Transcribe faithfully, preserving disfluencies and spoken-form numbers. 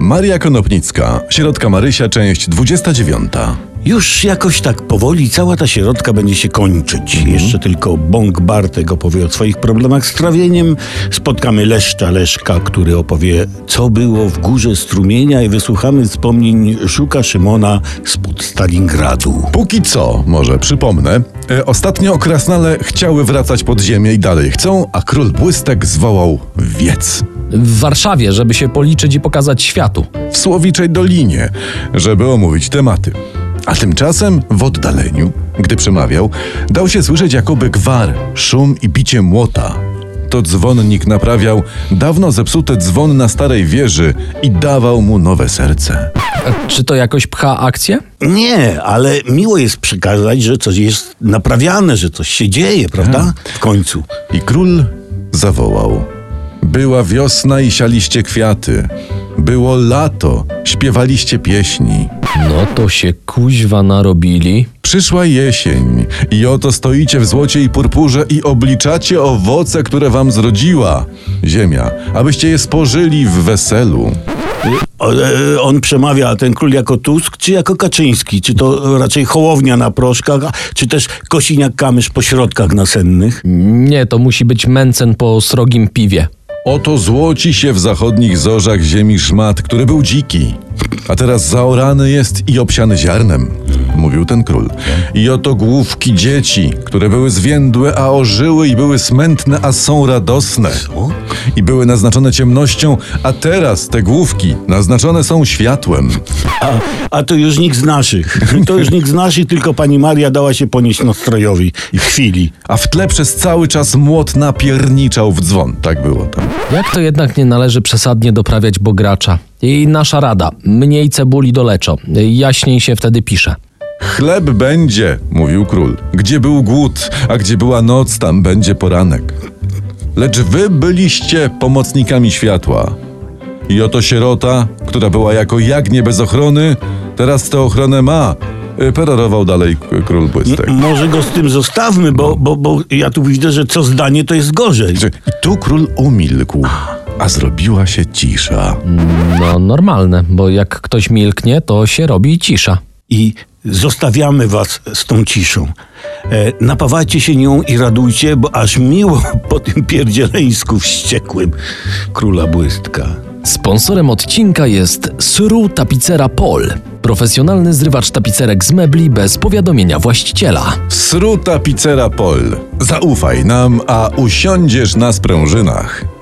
Maria Konopnicka, Sierotka Marysia, część dwudziesta dziewiąta. Już jakoś tak powoli cała ta sierotka będzie się kończyć. Mhm. Jeszcze tylko Bąk Bartek opowie o swoich problemach z trawieniem. Spotkamy Leszcza Leszka, który opowie, co było w górze strumienia, i wysłuchamy wspomnień Żuka Szymona spod Stalingradu. Póki co, może przypomnę, e, ostatnio krasnale chciały wracać pod ziemię i dalej chcą, a król Błystek zwołał wiec. W Warszawie, żeby się policzyć i pokazać światu. W Słowiczej Dolinie, żeby omówić tematy. A tymczasem w oddaleniu, gdy przemawiał, dał się słyszeć jakoby gwar, szum i bicie młota. To dzwonnik naprawiał dawno zepsute dzwony na starej wieży i dawał mu nowe serce. A czy to jakoś pcha akcję? Nie, ale miło jest przekazać, że coś jest naprawiane, że coś się dzieje, prawda? W końcu. I król zawołał. Była wiosna i sialiście kwiaty. Było lato, śpiewaliście pieśni. No to się kuźwa narobili. Przyszła jesień i oto stoicie w złocie i purpurze i obliczacie owoce, które wam zrodziła ziemia, abyście je spożyli w weselu. O, e, on przemawia, ten król, jako Tusk, czy jako Kaczyński? Czy to raczej Hołownia na proszkach, czy też Kosiniak-Kamysz po środkach nasennych? Nie, to musi być Mencen po srogim piwie. Oto złoci się w zachodnich zorzach ziemi szmat, który był dziki, a teraz zaorany jest i obsiany ziarnem, mówił ten król. I oto główki dzieci, które były zwiędłe, a ożyły i były smętne, a są radosne. I były naznaczone ciemnością, a teraz te główki naznaczone są światłem. A, a to już nikt z naszych. To już nikt z naszych, tylko pani Maria dała się ponieść nastrojowi i w chwili. A w tle przez cały czas młot napierniczał w dzwon. Tak było tam. Jak to jednak nie należy przesadnie doprawiać bogracza? I nasza rada, mniej cebuli do leczo, jaśniej się wtedy pisze. Chleb będzie, mówił król. Gdzie był głód, a gdzie była noc, tam będzie poranek. Lecz wy byliście pomocnikami światła. I oto sierota, która była jako jagnię bez ochrony, teraz tę ochronę ma. Perorował dalej król Błystek. M- może go z tym zostawmy, bo, bo, bo ja tu widzę, że co zdanie to jest gorzej. I tu król umilkł, a zrobiła się cisza. No normalne, bo jak ktoś milknie, to się robi cisza. I zostawiamy was z tą ciszą. E, napawajcie się nią i radujcie, bo aż miło po tym pierdzieleńsku wściekłym króla Błystka. Sponsorem odcinka jest Sru Tapicera Pol, profesjonalny zrywacz tapicerek z mebli bez powiadomienia właściciela. Sru Tapicera Pol. Zaufaj nam, a usiądziesz na sprężynach.